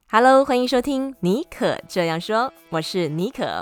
Hello， 欢迎收听妮可这样说，我是妮可。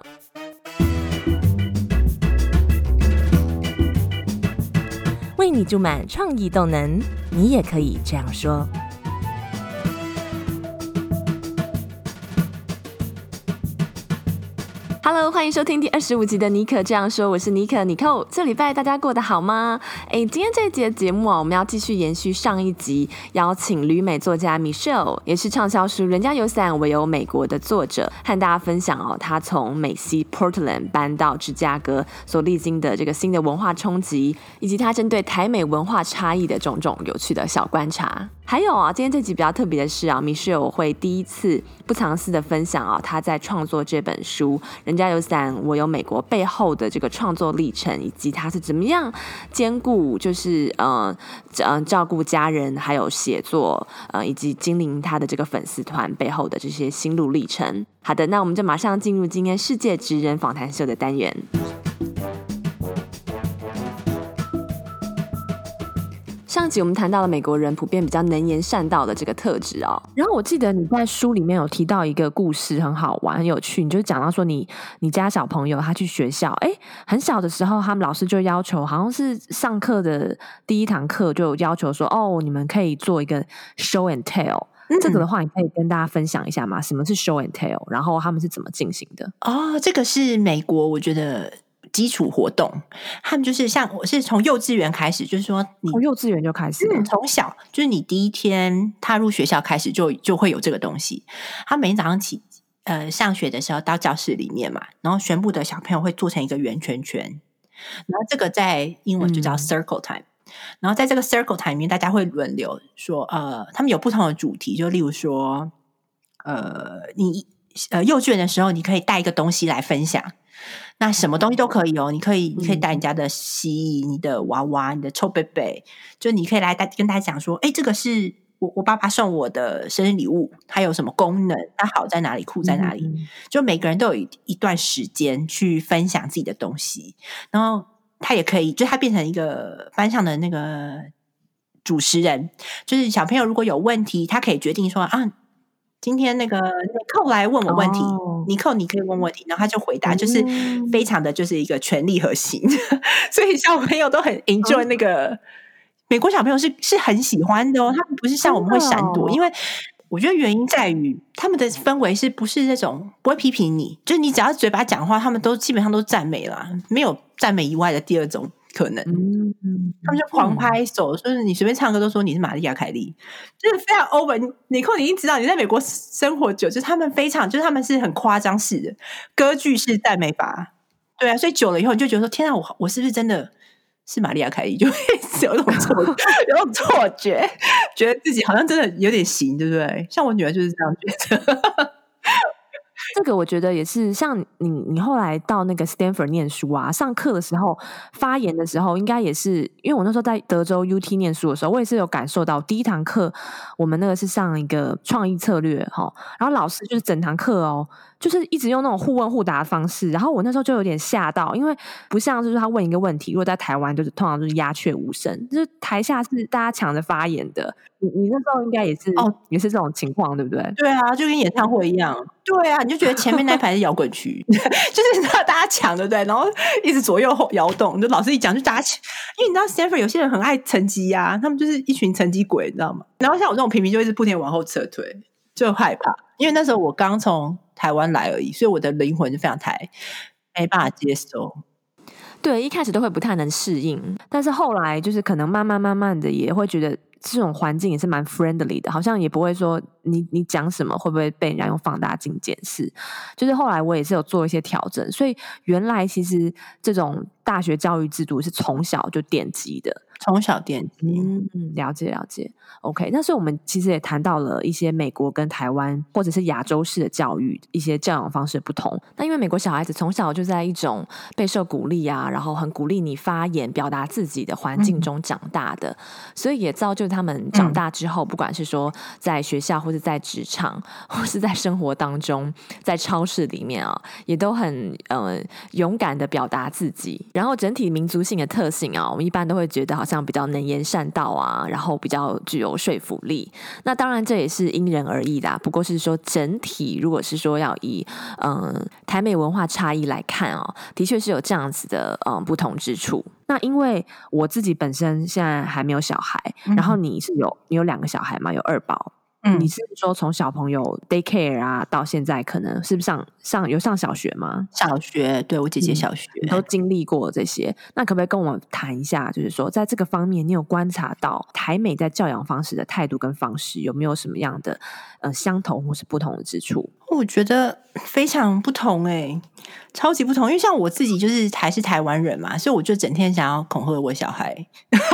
为你注满创意动能，你也可以这样说。Hello， 欢迎收听第25集的妮可这样说，我是妮可Nicole。这礼拜大家过得好吗？今天这一集的节目我们要继续延续上一集，邀请旅美作家 Michelle， 也是畅销书《人家有伞，我有美国》的作者，和大家分享他从美西 Portland 搬到芝加哥所历经的这个新的文化冲击，以及他针对台美文化差异的种种有趣的小观察。还有今天这集比较特别的是Michelle 会第一次不藏私的分享他在创作这本书《人家有伞，我有美国》背后的这个创作历程，以及他是怎么样兼顾就是照顾家人，还有写作以及经营他的这个粉丝团背后的这些心路历程。好的，那我们就马上进入今天世界职人访谈秀的单元。上集我们谈到了美国人普遍比较能言善道的这个特质然后我记得你在书里面有提到一个故事，很好玩很有趣，你就讲到说你家小朋友他去学校很小的时候，他们老师就要求，好像是上课的第一堂课就要求说你们可以做一个 show and tell。这个的话你可以跟大家分享一下吗？什么是 show and tell， 然后他们是怎么进行的？ 这个是美国我觉得基础活动，他们就是像我是从幼稚园开始，就是说你幼稚园就开始从小就是你第一天踏入学校开始就会有这个东西。他每天早上起上学的时候到教室里面嘛，然后全部的小朋友会做成一个圆圈圈，然后这个在英文就叫 circle time。然后在这个 circle time 里面，大家会轮流说他们有不同的主题，就例如说你幼稚园的时候你可以带一个东西来分享，那什么东西都可以你可以带你家的蜥蜴、你的娃娃、你的臭贝贝，就你可以来跟大家讲说这个是我爸爸送我的生日礼物，它有什么功能，它好在哪里，酷在哪里。就每个人都有一段时间去分享自己的东西，然后他也可以就他变成一个班上的那个主持人，就是小朋友如果有问题，他可以决定说今天那个Nicole 来问我问题，Nicole 你可以问问题，然后他就回答，就是非常的就是一个权力核心所以小朋友都很 enjoy 那个美国小朋友是很喜欢的他们不是像我们会闪躲因为我觉得原因在于他们的氛围是不是那种不会批评你，就是你只要嘴巴讲话，他们都基本上都赞美啦，没有赞美以外的第二种可能。他们就狂拍手，就是你随便唱歌都说你是玛丽亚凯莉，就是非常 over。你已经知道你在美国生活久，就是他们非常，就是他们是很夸张式的歌剧式赞美法。对啊，所以久了以后你就觉得说天啊，我是不是真的是玛丽亚凯莉，就会有种错觉觉得自己好像真的有点行，对不对？像我女儿就是这样觉得这个我觉得也是，像你后来到那个 Stanford 念书上课的时候发言的时候，应该也是因为我那时候在德州 UT 念书的时候，我也是有感受到第一堂课我们那个是上一个创意策略然后老师就是整堂课就是一直用那种互问互答的方式，然后我那时候就有点吓到，因为不像就是他问一个问题，如果在台湾就是通常就是鸦雀无声，就是台下是大家抢着发言的。你那时候应该也是也是这种情况对不对？对啊，就跟演唱会一样。对啊，你就觉得前面那一排是摇滚区就是大家抢对不对，然后一直左右摇动，就老师一讲就大家抢，因为你知道 Stanford 有些人很爱成绩他们就是一群成绩鬼你知道吗？然后像我这种平民就一直不停往后撤退，就害怕，因为那时候我刚从台湾来而已，所以我的灵魂就非常没办法接受。 对，一开始都会不太能适应，但是后来就是可能慢慢的也会觉得这种环境也是蛮 friendly 的，好像也不会说你讲什么会不会被人家用放大镜检视，就是后来我也是有做一些调整，所以原来其实这种大学教育制度是从小就奠基的， 从小奠基。 了解 OK， 那所以我们其实也谈到了一些美国跟台湾或者是亚洲式的教育一些教养方式的不同。那因为美国小孩子从小就在一种备受鼓励然后很鼓励你发言表达自己的环境中长大的，所以也造就他们长大之后不管是说在学校或是在职场或是在生活当中，在超市里面也都很勇敢的表达自己，然后整体民族性的特性我们一般都会觉得好像比较能言善道啊，然后比较具有说服力。那当然这也是因人而异啦，不过是说整体如果是说要以台美文化差异来看哦，的确是有这样子的不同之处。那因为我自己本身现在还没有小孩，然后你有2个小孩嘛，有2宝。你是说从小朋友 daycare 啊到现在可能是不是有上小学吗？ 小学，对，我姐姐小学， 都经历过这些。那可不可以跟我们谈一下，就是说在这个方面你有观察到台美在教养方式的态度跟方式有没有什么样的相同或是不同的之处？我觉得非常不同超级不同。因为像我自己就是还是台湾人嘛，所以我就整天想要恐吓我小孩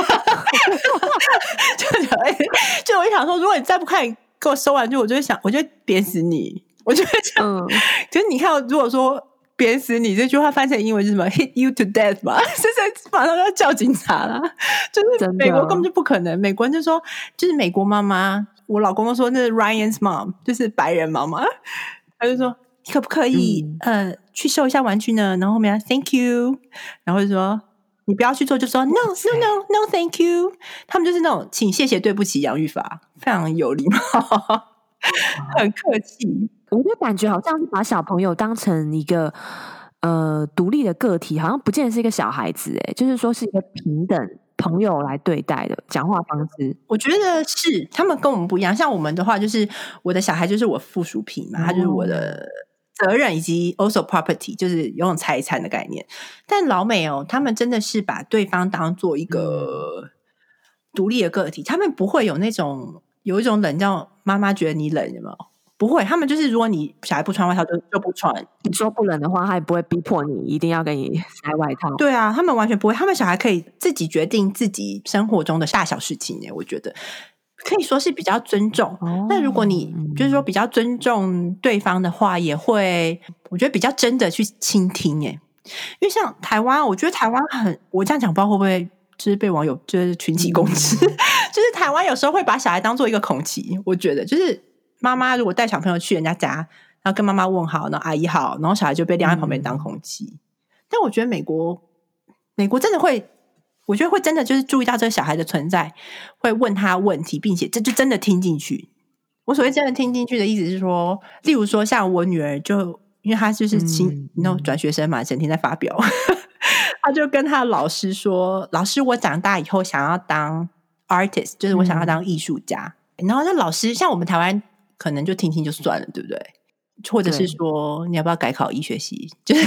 就我想说，如果你再不快给我收玩具，我就会扁死你。我就会这样。就是你看，如果说扁死你这句话翻成英文是什么 hit you to death 吧，现在马上要叫警察啦。就是美国根本就不可能，美国人就说就是美国妈妈，我老公都说那是 Ryan's mom， 就是白人妈妈。他就说你可不可以去收一下玩具呢？然后后面 thank you， 然后就说你不要去做，就说 no thank you。 他们就是那种请谢谢对不起洋芋法，非常有礼貌很客气。 我就感觉好像是把小朋友当成一个独立的个体，好像不见得是一个小孩子就是说是一个平等朋友来对待的讲话方式。 我觉得是他们跟我们不一样，像我们的话就是我的小孩就是我附属品嘛，他就是我的责任以及 also property， 就是有种财产的概念。但老美他们真的是把对方当做一个独立的个体，他们不会有一种冷叫妈妈觉得你冷，有没有？不会，他们就是如果你小孩不穿外套就不穿， 你说不冷的话他也不会逼迫你一定要给你塞外套。 对啊，他们完全不会，他们小孩可以自己决定自己生活中的大小事情我觉得可以说是比较尊重。那如果你就是说比较尊重对方的话，也会我觉得比较真的去倾听因为像台湾，我觉得台湾我这样讲不知道会不会就是被网友就是群起攻之就是台湾有时候会把小孩当做一个恐骑。我觉得就是妈妈如果带小朋友去人家家，然后跟妈妈问好，然后阿姨好，然后小孩就被晾在旁边当空气。但我觉得美国真的会，我觉得会真的就是注意到这个小孩的存在，会问他问题，并且这就真的听进去。我所谓真的听进去的意思是说，例如说像我女儿就因为她就是转学生嘛，整天在发表她就跟她的老师说，老师我长大以后想要当 artist， 就是我想要当艺术家。然后那老师像我们台湾可能就听听就算了，对不对？或者是说你要不要改考医学系，就是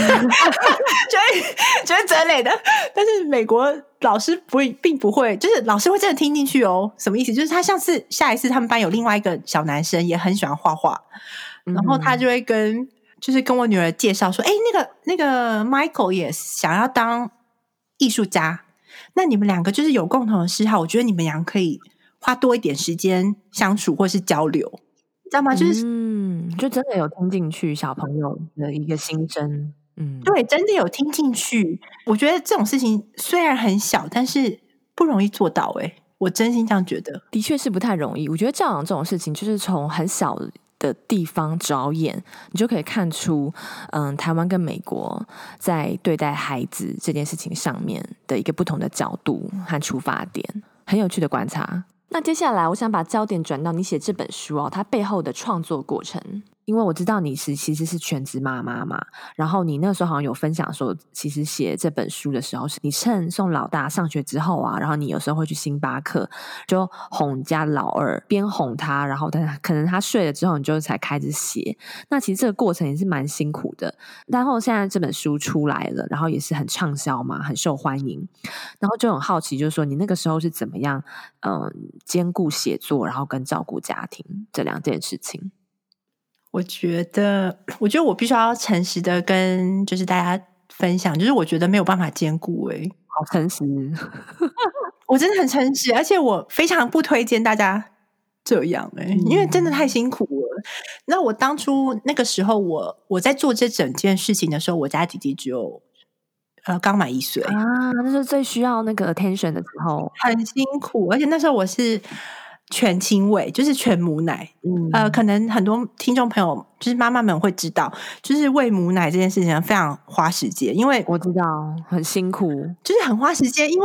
这类的。但是美国老师并不会，就是老师会真的听进去什么意思？就是他像是下一次他们班有另外一个小男生也很喜欢画画，然后他就会跟我女儿介绍说那个 Michael 也想要当艺术家，那你们两个就是有共同的嗜好，我觉得你们俩可以花多一点时间相处或是交流，你知道吗？就是就真的有听进去小朋友的一个心声。 对，真的有听进去。我觉得这种事情虽然很小，但是不容易做到我真心这样觉得。 的确是不太容易。我觉得教养这种事情就是从很小的地方着眼，你就可以看出台湾跟美国在对待孩子这件事情上面的一个不同的角度和出发点，很有趣的观察。那接下来我想把焦点转到你写这本书它背后的创作过程。因为我知道你其实是全职妈妈嘛，然后你那时候好像有分享说，其实写这本书的时候是你趁送老大上学之后然后你有时候会去星巴克就哄家老二，边哄他，然后可能他睡了之后你就才开始写。那其实这个过程也是蛮辛苦的，然后现在这本书出来了，然后也是很畅销嘛，很受欢迎，然后就很好奇，就是说你那个时候是怎么样兼顾写作然后跟照顾家庭这2件事情。 我觉得我必须要诚实的跟就是大家分享，就是我觉得没有办法兼顾好诚实我真的很诚实，而且我非常不推荐大家这样因为真的太辛苦了。那我当初那个时候我在做这整件事情的时候，我家弟弟只有刚满1岁那是最需要那个 attention 的时候， 很辛苦。而且那时候我是全亲喂，就是全母奶可能很多听众朋友就是妈妈们会知道，就是喂母奶这件事情非常花时间，因为我知道很辛苦， 就是很花时间，因为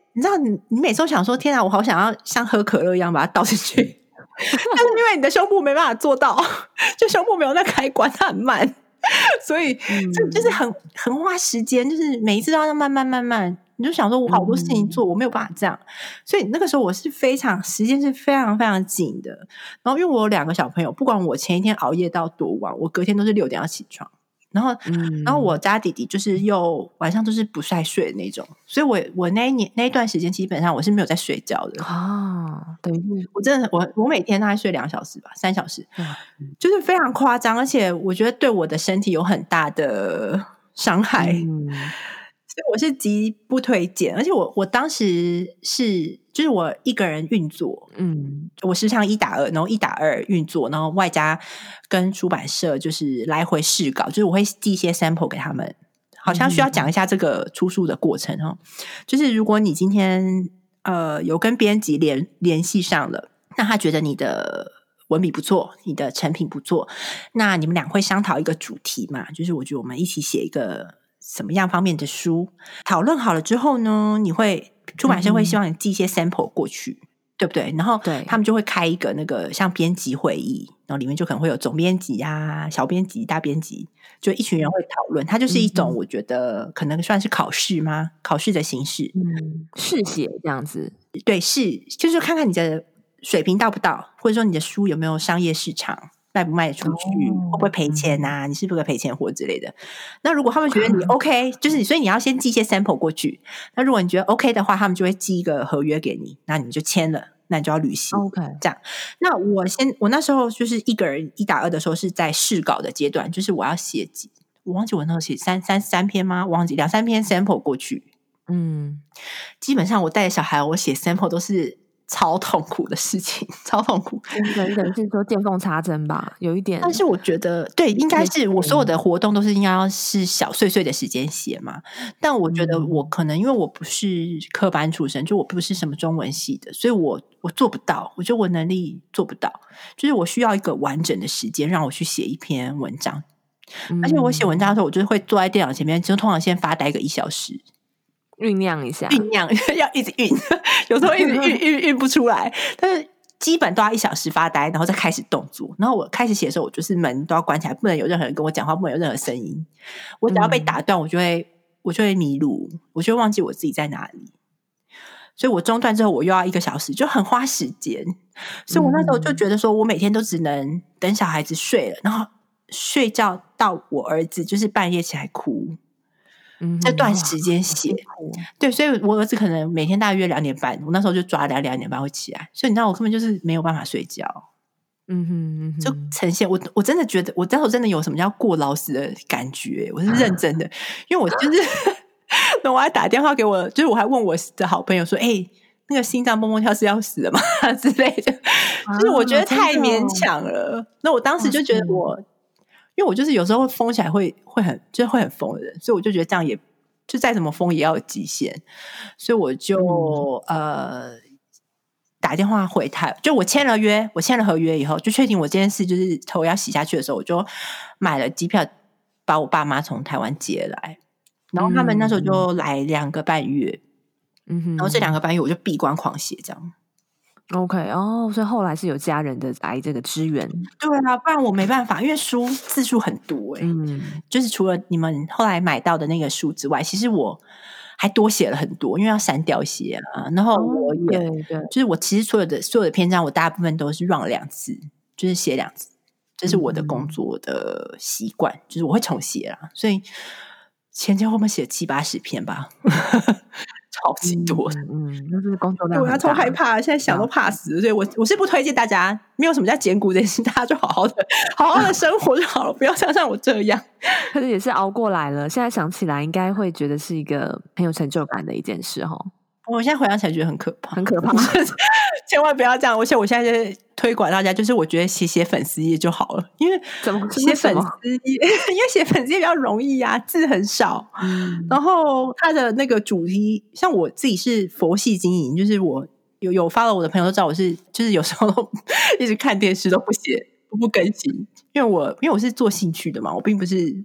你知道你每次都想说天啊，我好想要像喝可乐一样把它倒进去但是因为你的胸部没办法做到，就胸部没有那开关，它很慢，所以这就是很花时间，就是每一次都要慢慢，你就想说我好多事情做，我没有办法这样，所以那个时候我是时间是非常非常紧的。然后因为我有2个小朋友，不管我前一天熬夜到多晚，我隔天都是6点要起床。然后我家弟弟就是又晚上都是不太睡的那种，所以我那一段时间基本上我是没有在睡觉的等于我真的我每天大概睡2小时吧，3小时，就是非常夸张，而且我觉得对我的身体有很大的伤害，所以我是极不推荐。而且我当时就是我一个人运作，我时常1打2，然后1打2运作，然后外加跟出版社就是来回试稿，就是我会寄一些 sample 给他们。好像需要讲一下这个出书的过程就是如果你今天有跟编辑联系上了，那他觉得你的文笔不错，你的成品不错，那你们俩会商讨一个主题嘛，就是我觉得我们一起写一个什么样方面的书，讨论好了之后呢，出版社会希望你寄一些 sample 过去，对不对？然后他们就会开一个那个像编辑会议，然后里面就可能会有总编辑啊、小编辑、大编辑，就一群人会讨论。它就是一种我觉得可能算是考试吗？考试的形式， 试写这样子。 对，就是看看你的水平到不到，或者说你的书有没有商业市场，卖不卖得出去，会不会赔钱啊？你是不是赔钱货之类的？那如果他们觉得你 OK， 就是所以你要先寄一些 sample 过去。那如果你觉得 OK 的话，他们就会寄一个合约给你，那你就签了，那你就要履行。 OK， 这样。那我那时候就是一个人1打2的时候是在试稿的阶段，就是我要写我忘记我那时候写三篇吗？忘记2-3篇 sample 过去。基本上我带着小孩，我写 sample 都是超痛苦的事情，超痛苦。 可能是说见缝插针吧，有一点。 但是我觉得对，应该是我所有的活动都是应该要是小碎碎的时间写嘛。但我觉得我可能因为我不是科班出身，就我不是什么中文系的，所以我做不到，我觉得我能力做不到，就是我需要一个完整的时间让我去写一篇文章。而且我写文章的时候，我就是会坐在电脑前面，就通常先发呆个1小时。 酝酿一下， 要一直运，有时候一直运不出来，但是基本都要1小时发呆，然后再开始动作。然后我开始写的时候，我就是门都要关起来，不能有任何人跟我讲话，不能有任何声音。我只要被打断，我就会迷路，我就会忘记我自己在哪里。所以我中断之后，我又要1个小时，就很花时间。所以我那时候就觉得说，我每天都只能等小孩子睡了，然后睡觉到我儿子就是半夜起来哭。这段时间写，对，所以我儿子可能每天大约2点半，我那时候就抓2点半会起来，所以你知道我根本就是没有办法睡觉，就呈现我真的觉得我那时候真的有什么叫过劳死的感觉，我是认真的，因为我就是那我还打电话给我，就是我还问我的好朋友说，那个心脏蹦蹦跳是要死了吗之类的，就是我觉得太勉强了。那我当时就觉得因为我就是有时候会疯起来会很疯的人，所以我就觉得这样也就再怎么疯也要有极限，所以我就打电话回他，就我签了合约以后，就确定我这件事就是头要洗下去的时候，我就买了机票把我爸妈从台湾接来，然后他们那时候就来2个半月，然后这2个半月我就闭关狂写这样。 OK， 所以后来是有家人的来这个支援。 对啊，不然我没办法，因为书字数很多就是除了你们后来买到的那个书之外，其实我还多写了很多，因为要删掉一些啊。然后我也就是我其实所有的篇章，我大部分都是 run 2次，就是写2次，这是我的工作的习惯，就是我会重写啦，所以前后面写70-80篇吧。超级多那是工作量很大， 我超害怕，现在想都怕死，所以我是不推荐大家，没有什么叫减骨这件事，大家就好好的生活就好了，不要像我这样。 可是也是熬过来了，现在想起来应该会觉得是一个很有成就感的一件事我现在回想起来觉得很可怕， 很可怕千万不要这样。而且我现在在推广大家，就是我觉得写粉丝页就好了，因为写粉丝页，因为写粉丝页比较容易啊，字很少，然后它的那个主题，像我自己是佛系经营，就是我有follow我的朋友都知道我是，就是有时候都一直看电视都不写不更新，因为我是做兴趣的嘛，我并不是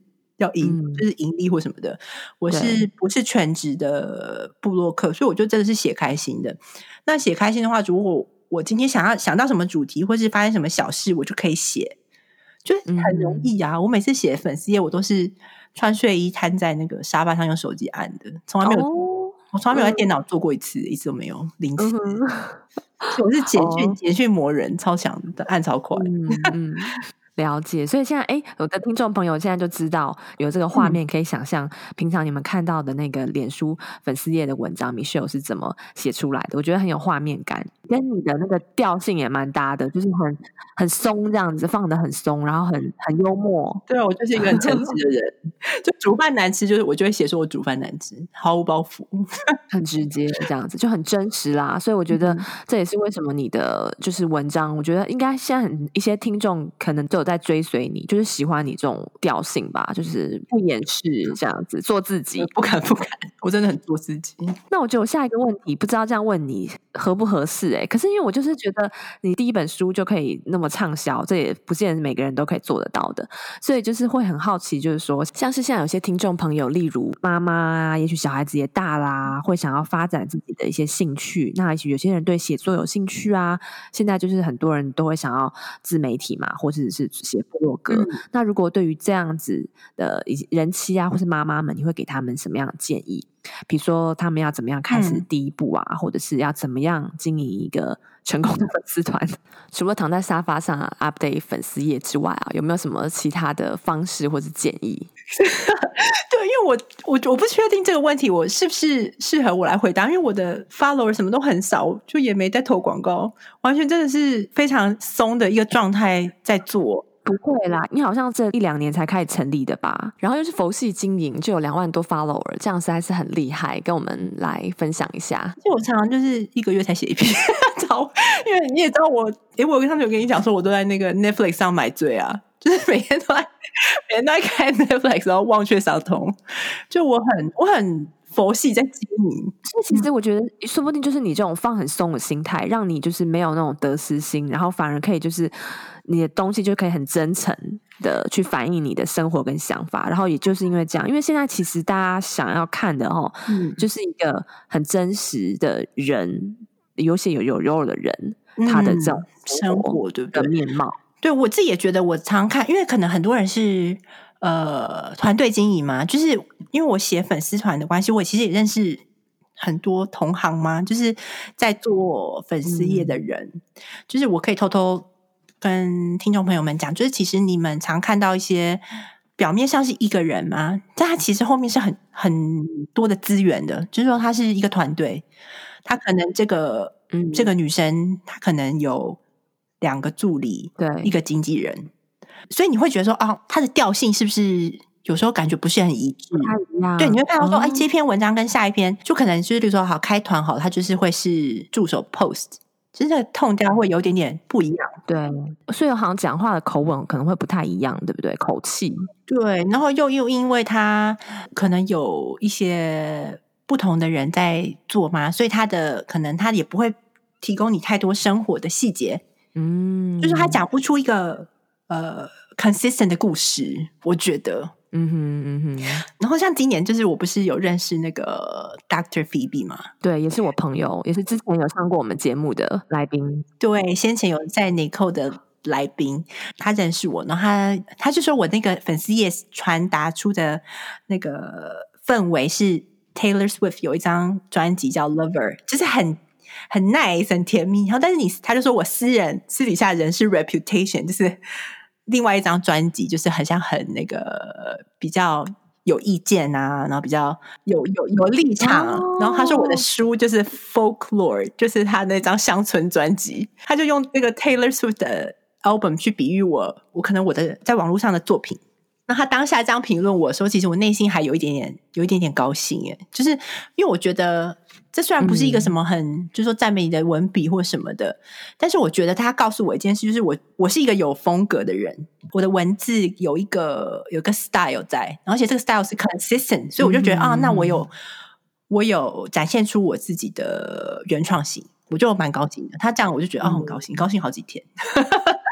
要就是盈利或什么的。我是不是全职的部落客，所以我就真的是写开心的。那写开心的话，如果我今天想到什么主题，或是发生什么小事，我就可以写，就很容易啊。我每次写粉丝页，我都是穿睡衣瘫在那个沙发上用手机按的，从来没有我从来没有在电脑做过一次都没有零次。我是简讯魔人，超强的，按超快。 了解，所以现在有的听众朋友现在就知道有这个画面，可以想象平常你们看到的那个脸书粉丝页的文章 Michelle 是怎么写出来的，我觉得很有画面感，跟你的那个调性也蛮搭的，就是很松这样子，放得很松，然后很幽默。 对啊，我就是一个很诚实的人就煮饭难吃，就是我就会写说我煮饭难吃，毫无包袱很直接这样子，就很真实啦。所以我觉得这也是为什么你的就是文章，我觉得应该现在一些听众可能都有在追随你，就是喜欢你这种调性吧，就是不掩饰这样子，做自己。 不敢，我真的很做自己。 那我觉得我下一个问题不知道这样问你合不合适可是因为我就是觉得你第一本书就可以那么畅销，这也不见得每个人都可以做得到的，所以就是会很好奇，就是说像是现在有些听众朋友，例如妈妈啊，也许小孩子也大啦，会想要发展自己的一些兴趣，那也许有些人对写作有兴趣啊，现在就是很多人都会想要自媒体嘛，或者是写部落格，那如果对于这样子的人妻啊或是妈妈们，你会给他们什么样的建议？比如说他们要怎么样开始第一步啊，或者是要怎么样经营一个成功的粉丝团？除了躺在沙发上update 粉丝页之外有没有什么其他的方式或者建议？ 对，因为我不确定这个问题我是不是适合我来回答，因为我的 follower 什么都很少，就也没在投广告，完全真的是非常松的一个状态在做。 不会啦，你好像这1-2年才开始成立的吧？然后又是佛系经营，就有2万多 follower， 这样实在是很厉害，跟我们来分享一下。 就我常常就是1个月才写一篇因为你也知道我跟他们有跟你讲说我都在那个 Netflix 上买醉啊，就是每天都在看 Netflix， 然后忘却伤痛，就我很佛系在经营。 所以其实我觉得说不定就是你这种放很松的心态，让你就是没有那种得失心，然后反而可以就是你的东西就可以很真诚的去反映你的生活跟想法，然后也就是因为这样，因为现在其实大家想要看的就是一个很真实的人，有血有肉的人，他的这种生活对不对？ 面貌。 对，我自己也觉得我常看，因为可能很多人是团队经营嘛，就是因为我写粉丝团的关系，我其实也认识很多同行嘛，就是在做粉丝页的人，就是我可以偷偷跟听众朋友们讲，就是其实你们常看到一些表面上是一个人嘛，但他其实后面是很多的资源的，就是说他是一个团队，他可能这个女生她可能有2个助理， 对 ，1个经纪人，所以你会觉得说她的调性是不是有时候感觉不是很一致？ 不太一样。 对，你会看到说这篇文章跟下一篇就可能就是比如说好开团好，它就是会是助手 post， 就是那个痛调会有点点不一样。 对，所以好像讲话的口吻可能会不太一样，对不对？口气。 对，然后又因为他可能有一些不同的人在做嘛，所以他也不会提供你太多生活的细节，就是他讲不出一个consistent 的故事，我觉得。然后像今年就是我不是有认识那个 Dr. Phoebe 嘛？ 对，也是我朋友，也是之前有上过我们节目的来宾。 对，先前有在 Nicole 的来宾，他认识我，然后他就说我那个粉丝页传达出的那个氛围是 Taylor Swift 有一张专辑叫 Lover， 就是很 nice 很甜蜜，然后但是他就说我私底下人是 Reputation， 就是另外一张专辑就是很像很那个比较有意见啊，然后比较有立场，然后他说我的书就是 Folklore， 就是他那张乡村专辑，他就用那个 Taylor Swift 的 album 去比喻我可能我的在网络上的作品。那他当下这样评论我的时候，其实我内心还有一点点高兴耶，就是因为我觉得这虽然不是一个什么就是说赞美你的文笔或什么的，但是我觉得他告诉我一件事，就是我是一个有风格的人，我的文字有一个 style 在，而且这个 style 是 consistent， 所以我就觉得那我有展现出我自己的原创性，我就蛮高兴的。他这样我就觉得很高兴好几天。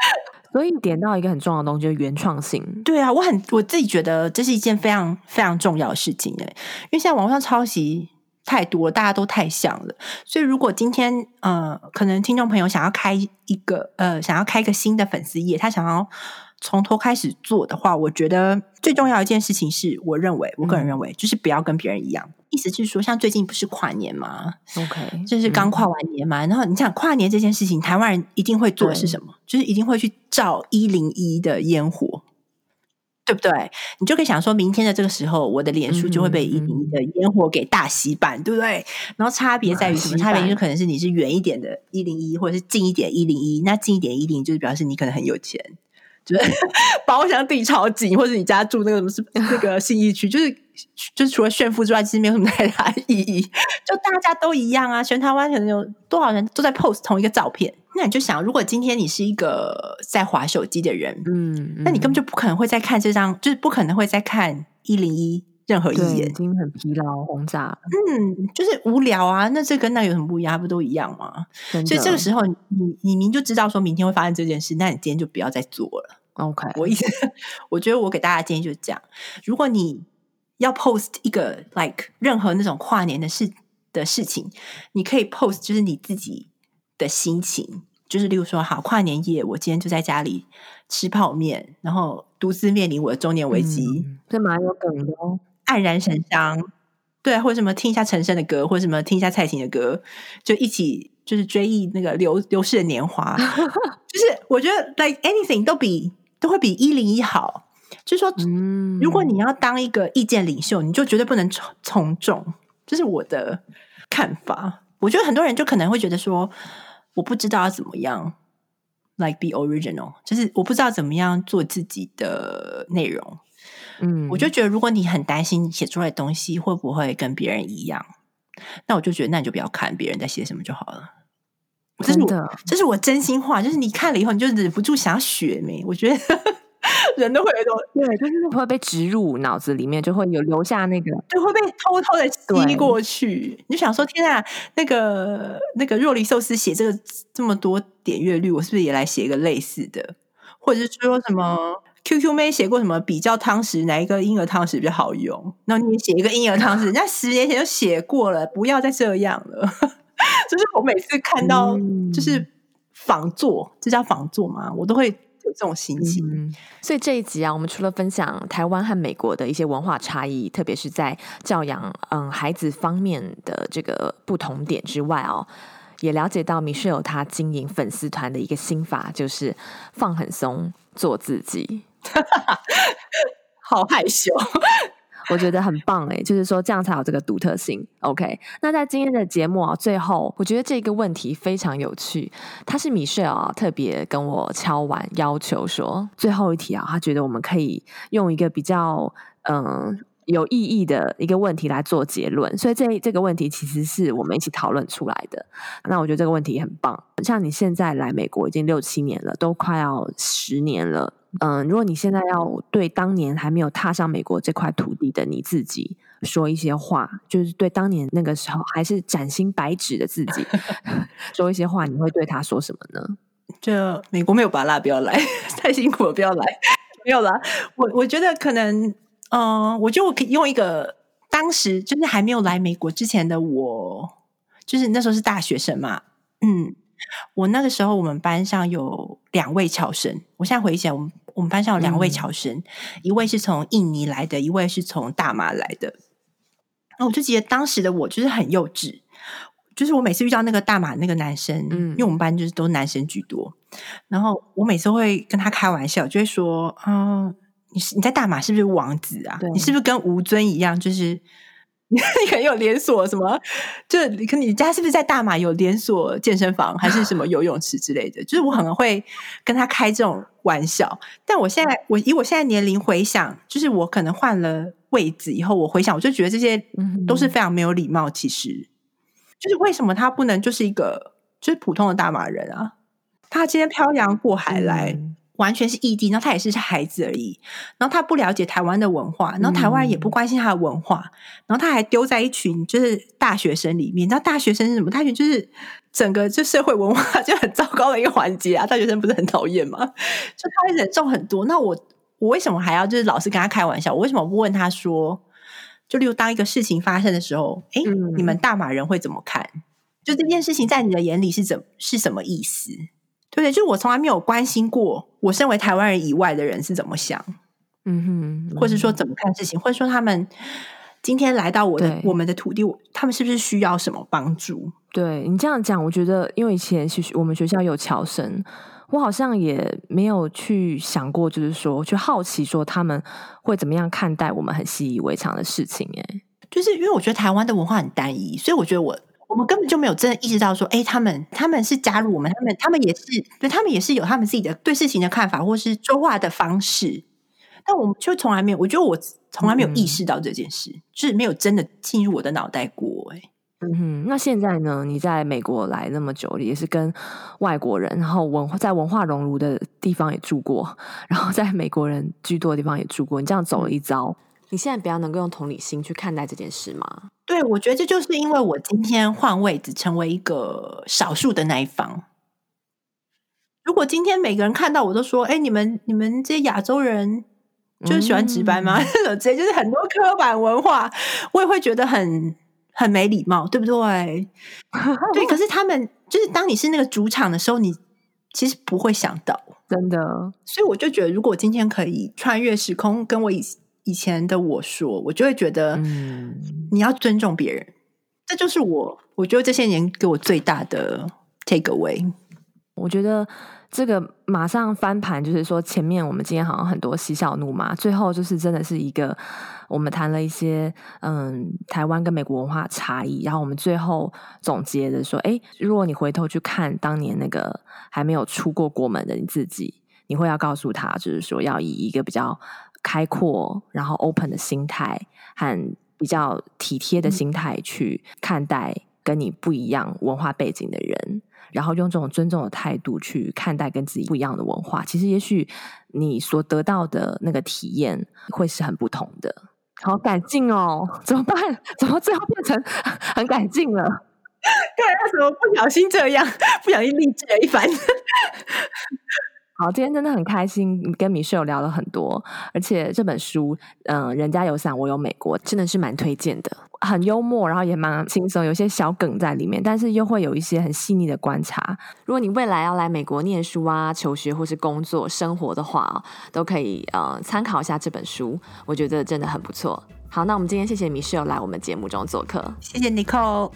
所以点到一个很重要的东西，就是原创性。 对啊，我自己觉得这是一件非常非常重要的事情因为现在网络上抄袭太多了，大家都太像了，所以如果今天可能听众朋友想要开一个新的粉丝页，他想要从头开始做的话，我觉得最重要的一件事情是我个人认为就是不要跟别人一样。意思是说像最近不是跨年嘛 OK， 就是刚跨完年嘛，然后你想跨年这件事情台湾人一定会做的是什么？就是一定会去照101的烟火，对不对？你就可以想说明天的这个时候我的脸书就会被101的烟火给大洗版，对不对？然后差别在于什么？差别就可能是你是远一点的101，或者是近一点101，那近一点101就是表示你可能很有钱，就是包厢地超近，或者你家住那个什么是那个信义区，就是除了炫富之外，其实没有什么太大的意义。就大家都一样啊，全台湾可能有多少人都在 post 同一个照片，那你就想，如果今天你是一个在滑手机的人，那你根本就不可能会再看这张，就是不可能会再看101任何一眼， 已经很疲劳轰炸， 就是无聊啊。那这跟那有什么不一样？不都一样吗？所以这个时候你明就知道说明天会发生这件事，那你今天就不要再做了。 OK， 我觉得我给大家的建议就是这样：如果你要 post 一个 like 任何那种跨年的事情，你可以 post 就是你自己的心情，就是例如说，好，跨年夜我今天就在家里吃泡面，然后独自面临我的中年危机， 这蛮有梗的哦， 黯然神伤，对，或者什么听一下陈升的歌，或者什么听一下蔡琴的歌，就一起就是追忆那个流逝的年华。就是我觉得 like anything 都会比101好。就是说如果你要当一个意见领袖，你就绝对不能从众，这是我的看法。我觉得很多人就可能会觉得说我不知道要怎么样 like be original， 就是我不知道怎么样做自己的内容。我就觉得如果你很担心你写出来的东西会不会跟别人一样，那我就觉得那你就不要看别人在写什么就好了。这是我真心话，就是你看了以后你就忍不住想要学没？我觉得人都会有一种， 对，就是会被植入脑子里面，就会有留下那个， 对，会被偷偷的吸过去。你就想说，天啊，那个若梨寿司写这么多点阅率，我是不是也来写一个类似的？或者是说什么 QQ 妹写过什么比较汤匙，哪一个婴儿汤匙比较好用？然后你也写一个婴儿汤匙，人家10年前就写过了，不要再这样了。就是我每次看到就是仿作，这叫仿作吗？我都会有这种心情。 所以这一集啊，我们除了分享台湾和美国的一些文化差异，特别是在教养孩子方面的这个不同点之外哦，也了解到 Michelle 她经营粉丝团的一个心法，就是放很松，做自己。 好害羞。 我觉得很棒耶，就是说这样才有这个独特性。 OK， 那在今天的节目啊，最后我觉得这个问题非常有趣，他是 Michelle 啊特别跟我敲碗要求说，最后一题啊，他觉得我们可以用一个比较有意义的一个问题来做结论，所以这个问题其实是我们一起讨论出来的。那我觉得这个问题很棒，像你现在来美国已经6-7年了，都快要10年了。如果你现在要对当年还没有踏上美国这块土地的你自己说一些话，就是对当年那个时候还是崭新白纸的自己说一些话，你会对他说什么呢？ 就美国没有芭乐，不要来，太辛苦了，不要来。没有啦，我觉得可能我觉得我可以用一个当时就是还没有来美国之前的我，就是那时候是大学生嘛，我那个时候我们班上有2位侨生，我现在回忆起来，我们班上有2位侨生，一位是从印尼来的，一位是从大马来的。然后我就记得当时的我就是很幼稚，就是我每次遇到那个大马那个男生，因为我们班就是都男生居多，然后我每次会跟他开玩笑，就会说你在大马是不是王子啊？你是不是跟吴尊一样，就是你可能有连锁什么，就你家是不是在大马有连锁健身房还是什么游泳池之类的？就是我很会跟他开这种玩笑。但我以我现在年龄回想，就是我可能换了位置以后，我回想我就觉得这些都是非常没有礼貌。其实就是为什么他不能就是一个就是普通的大马人啊？他今天漂洋过海来完全是异地，然后他也是孩子而已，然后他不了解台湾的文化，然后台湾人也不关心他的文化，然后他还丢在一群就是大学生里面。你知道大学生是什么？大学就是整个就社会文化就很糟糕的一个环节啊！大学生不是很讨厌吗？就他会忍受很多。那我为什么还要就是老是跟他开玩笑？我为什么不问他说，就例如当一个事情发生的时候，你们大马人会怎么看？就这件事情在你的眼里是什么意思？对不对？就我从来没有关心过我身为台湾人以外的人是怎么想，或者说怎么看事情，或者说他们今天来到我们的土地，他们是不是需要什么帮助？ 对，你这样讲，我觉得因为以前我们学校有侨生，我好像也没有去想过，就是说去好奇说他们会怎么样看待我们很习以为常的事情。 就是因为我觉得台湾的文化很单一，所以我觉得我们根本就没有真的意识到说，他们是加入我们，他们也是有他们自己的对事情的看法，或是说话的方式。但我们就从来没有，我觉得我从来没有意识到这件事，就是没有真的进入我的脑袋过。 那现在呢？你在美国来那么久，也是跟外国人，然后在文化熔炉的地方也住过，然后在美国人居多的地方也住过，你这样走了一遭。你现在比较能够用同理心去看待这件事吗？ 对，我觉得这就是因为我今天换位置成为一个少数的那一方。如果今天每个人看到我都说你们这些亚洲人就是喜欢直白吗？直接就是很多刻板文化，我也会觉得很没礼貌，对不对？对，可是他们就是当你是那个主场的时候，你其实不会想到， 真的。 所以我就觉得如果今天可以穿越时空跟我以前的我说，我就会觉得你要尊重别人，这就是我觉得这些年给我最大的 take away。 我觉得这个马上翻盘，就是说前面我们今天好像很多嬉笑怒骂，最后就是真的是一个我们谈了一些台湾跟美国文化差异，然后我们最后总结的说，如果你回头去看当年那个还没有出过国门的你自己，你会要告诉他，就是说要以一个比较开阔然后 open 的心态和比较体贴的心态去看待跟你不一样文化背景的人，然后用这种尊重的态度去看待跟自己不一样的文化，其实也许你所得到的那个体验会是很不同的。好感性哦，怎么办？怎么最后变成很感性了？ 看他怎么不小心这样，不小心励志了一番。 好，今天真的很开心跟 Michelle 聊了很多，而且这本书人家有伞我有美国真的是蛮推荐的，很幽默，然后也蛮轻松，有些小梗在里面，但是又会有一些很细腻的观察。如果你未来要来美国念书啊、求学或是工作生活的话，都可以参考一下这本书，我觉得真的很不错。好，那我们今天谢谢 Michelle 来我们节目中做客。 谢谢 Nicole。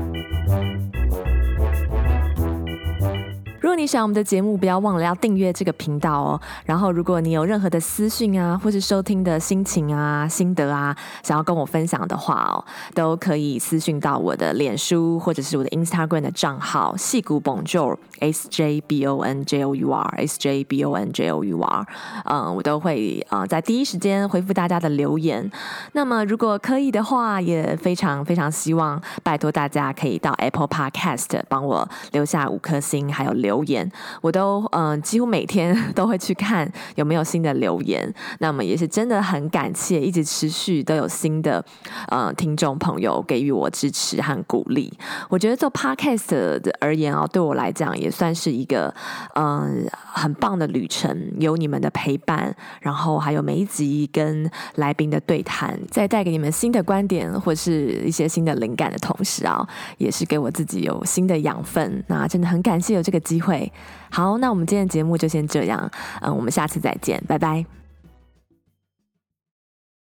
如果你喜欢我们的节目，不要忘了要订阅这个频道哦。然后如果你有任何的私讯啊，或是收听的心情啊、心得啊，想要跟我分享的话哦，都可以私讯到我的脸书或者是我的 Instagram 的账号矽谷 Bonjour SJBONJOUR SJBONJOUR， 我都会在第一时间回复大家的留言。那么如果可以的话，也非常非常希望拜托大家可以到 Apple Podcast 帮我留下5颗星，还有留言，我都几乎每天都会去看有没有新的留言。那么也是真的很感谢，一直持续都有新的听众朋友给予我支持和鼓励。我觉得做 Podcast 的而言对我来讲也算是一个很棒的旅程，有你们的陪伴，然后还有每一集跟来宾的对谈，再带给你们新的观点或是一些新的灵感的同时也是给我自己有新的养分。那真的很感谢有这个机会。好，那我们今天的节目就先这样，我们下次再见，拜拜。